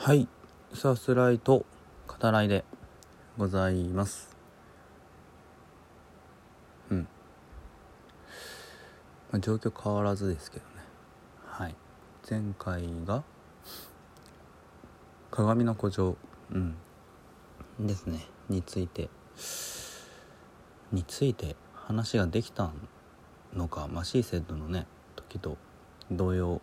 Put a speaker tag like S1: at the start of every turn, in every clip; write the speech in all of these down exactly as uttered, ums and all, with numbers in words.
S1: はい、さすらいと語らいでございます。うん、まあ、状況変わらずですけどね。はい、前回が鏡の古城、うんですねについてについて話ができたのか、まあ、シーセットのね時と同様、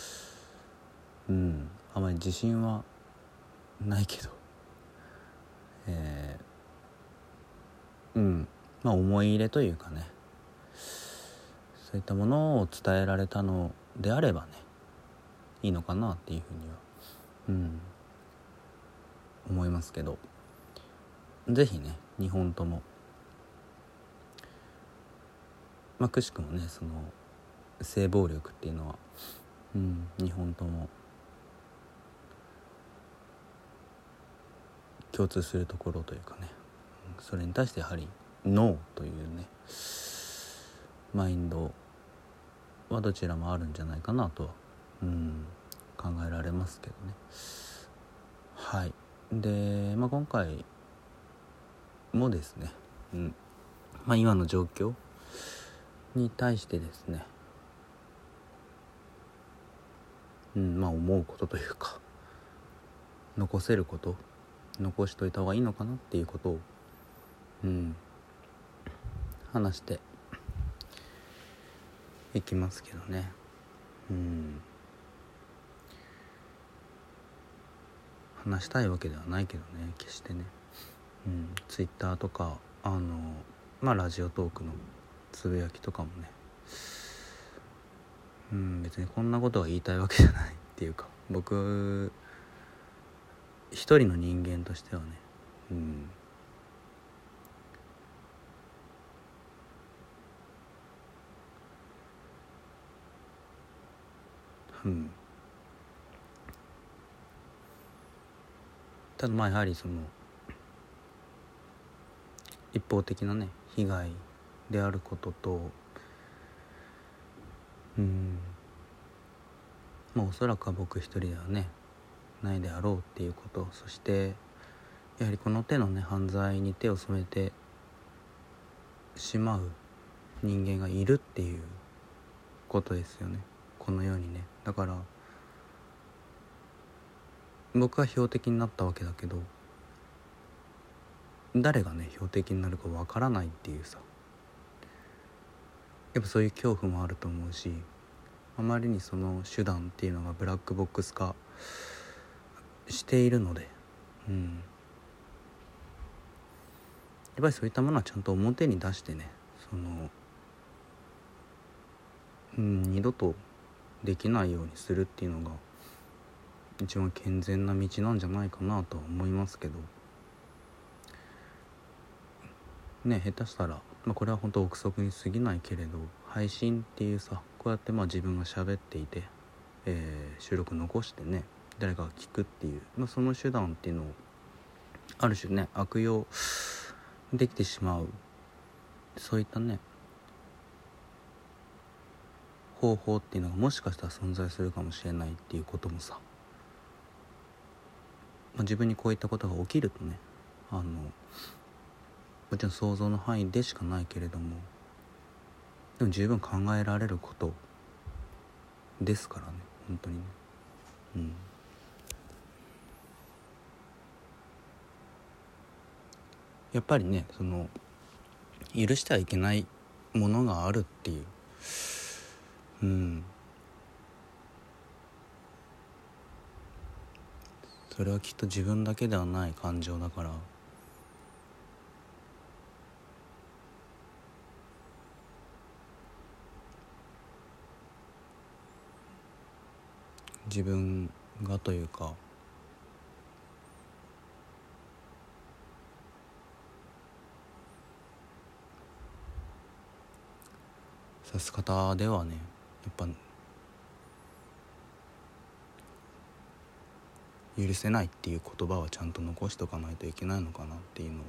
S1: うんあまり自信はないけど、えー、うんまあ思い入れというかね、そういったものを伝えられたのであればね、いいのかなっていうふうには、うん、思いますけど、ぜひねにほんとも、まあ、くしくもねその性暴力っていうのは、うん、にほんとも共通するところというかね、それに対してやはりノーというねマインドはどちらもあるんじゃないかなとは、うん、考えられますけどね。はい。で、まあ、今回もですね、うんまあ、今の状況に対してですね、うんまあ、思うことというか、残せること残しといた方がいいのかなっていうことを、うん、話していきますけどね。うん話したいわけではないけどね、決してね。うん、ツイッターとかあのまあラジオトークのつぶやきとかもね、うん、別にこんなことが言いたいわけじゃないっていうか、僕一人の人間としてはね、うんうんただまあやはりその一方的なね被害であることと、うんまあおそらくは僕一人ではねないであろうっていうこと、そしてやはりこの手のね犯罪に手を染めてしまう人間がいるっていうことですよね、この世にね。だから僕は標的になったわけだけど、誰がね標的になるかわからないっていうさ、やっぱそういう恐怖もあると思うし、あまりにその手段っていうのがブラックボックス化しているので、うんやっぱりそういったものはちゃんと表に出してね、その、うん、二度とできないようにするっていうのが一番健全な道なんじゃないかなとは思いますけどね。下手したら、まあ、これは本当憶測に過ぎないけれど、配信っていうさ、こうやってまあ自分が喋っていて、えー、収録残してね誰かが聞くっていう、まあ、その手段っていうのをある種ね悪用できてしまう、そういったね方法っていうのがもしかしたら存在するかもしれないっていうこともさ、まあ、自分にこういったことが起きるとね、あのもちろん想像の範囲でしかないけれども、でも十分考えられることですからね、本当にね。うんやっぱりねその許してはいけないものがあるっていう、うんそれはきっと自分だけではない感情だから、自分がというか指す方ではね、やっぱ許せないっていう言葉はちゃんと残しとかないといけないのかなっていうのは、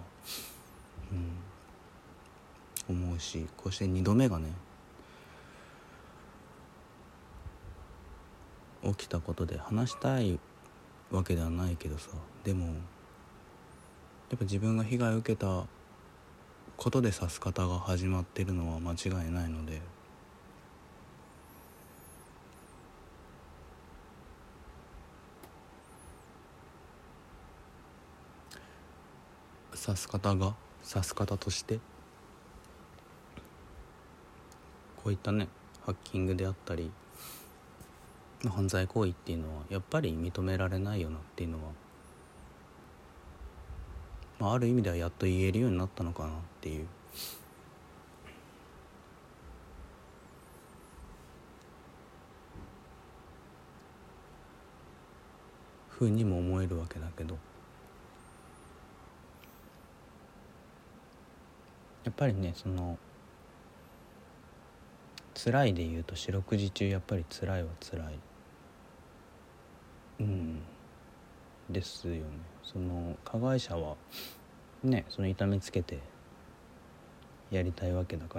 S1: うん、思うし、こうしてにどめがね起きたことで話したいわけではないけどさ、でもやっぱ自分が被害を受けたことでさす方が始まってるのは間違いないので、さす方がさす方としてこういったねハッキングであったり犯罪行為っていうのはやっぱり認められないよなっていうのは、まあ、ある意味ではやっと言えるようになったのかなっていうふうにも思えるわけだけど、やっぱりねその辛いで言うと四六時中やっぱり辛いは辛いうんですよね。その加害者はねその痛めつけてやりたいわけだから、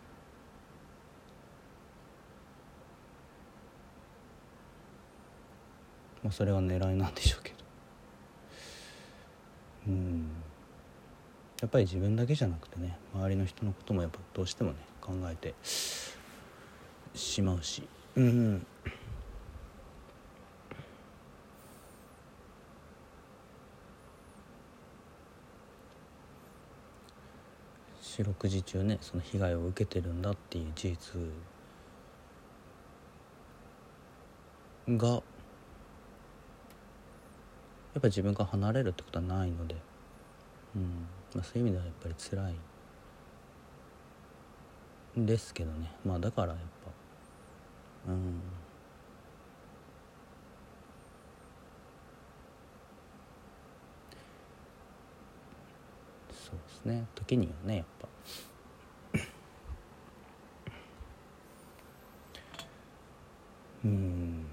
S1: まあ、それは狙いなんでしょうけど、うんやっぱり自分だけじゃなくてね周りの人のこともやっぱどうしてもね考えてしまうし、うん四六時中ねその被害を受けてるんだっていう事実がやっぱり自分から離れるってことはないので、うんまあ、そういう意味ではやっぱり辛いんですけどね、まあだからやっぱうんそうですね時にはねやっぱうん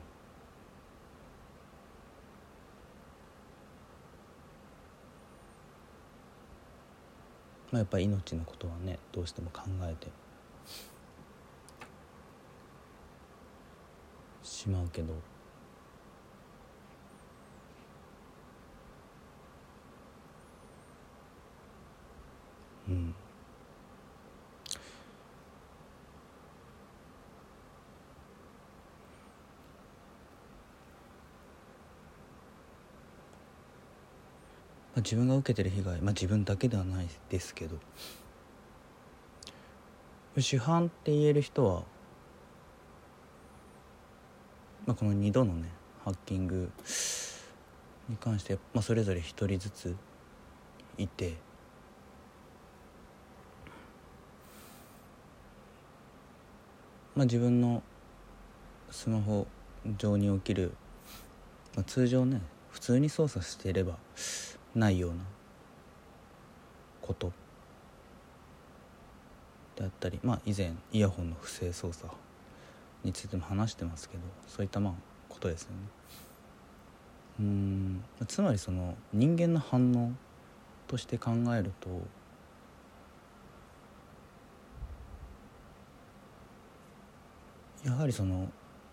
S1: まあやっぱり命のことはねどうしても考えてしまうけど、うんまあ、自分が受けてる被害、まあ、自分だけではないですけど主犯って言える人は、まあ、このにどのねハッキングに関して、まあ、それぞれひとりずついて、まあ、自分のスマホ上に起きる、まあ、通常ね普通に操作していればないようなことであったり、まあ、以前イヤホンの不正操作についても話してますけど、そういったまあことですよね。うーんつまりその人間の反応として考えるとやはりその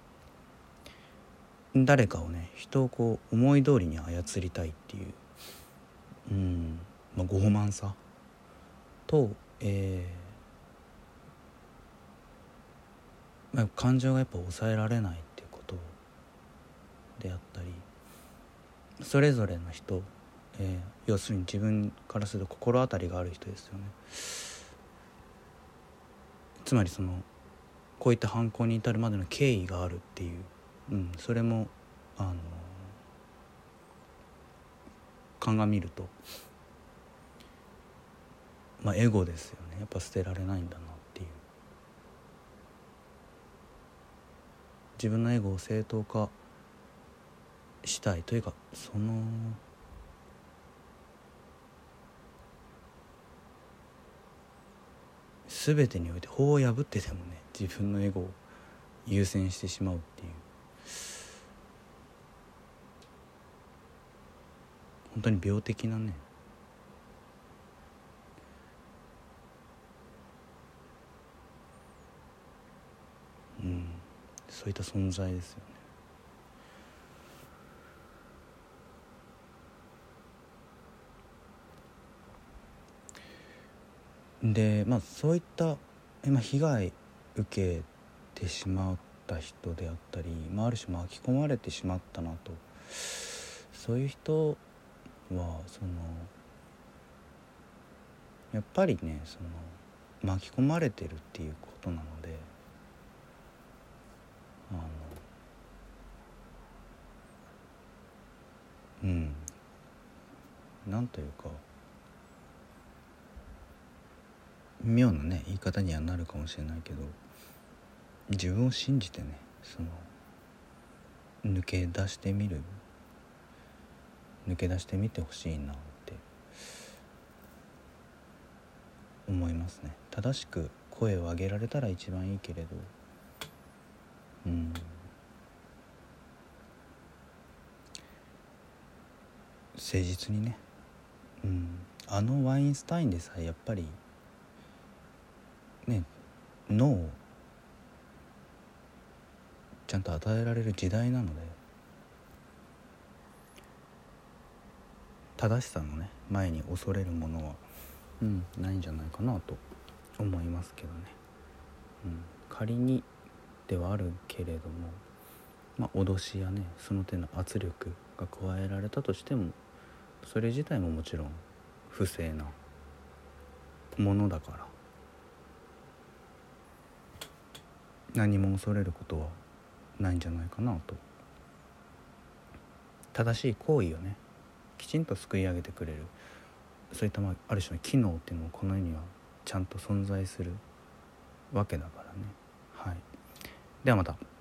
S1: 誰かをね人をこう思い通りに操りたいっていう、うんまあ、傲慢さと、えーまあ、感情がやっぱ抑えられないっていうことであったり、それぞれの人、えー、要するに自分からすると心当たりがある人ですよね。つまりそのこういった犯行に至るまでの経緯があるっていう、うん、それもあの鑑みると、まあ、エゴですよね。やっぱ捨てられないんだなっていう、自分のエゴを正当化したいというか、その全てにおいて法を破ってでもね自分のエゴを優先してしまうっていう、本当に病的なね、うん、そういった存在ですよね。 でまあそういった今被害受けてしまった人であったり、まあ、ある種巻き込まれてしまったなと、そういう人はそのやっぱりねその巻き込まれてるっていうことなので、あのうんなんというか妙なね言い方にはなるかもしれないけど、自分を信じてねその抜け出してみる抜け出してみてほしいなって思いますね。正しく声を上げられたら一番いいけれど、うん誠実にね、うん、あのワインスタインでさえやっぱりねノーをちゃんと与えられる時代なので、正しさのね前に恐れるものは、うん、ないんじゃないかなと思いますけどね、うん、仮にではあるけれども、まあ、脅しやねその手の圧力が加えられたとしても、それ自体ももちろん不正なものだから、何も恐れることはないんじゃないかなと。正しい行為をねきちんとすくい上げてくれる、そういった、まあ、ある種の機能っていうのもこの世にはちゃんと存在するわけだからね。はい、ではまた。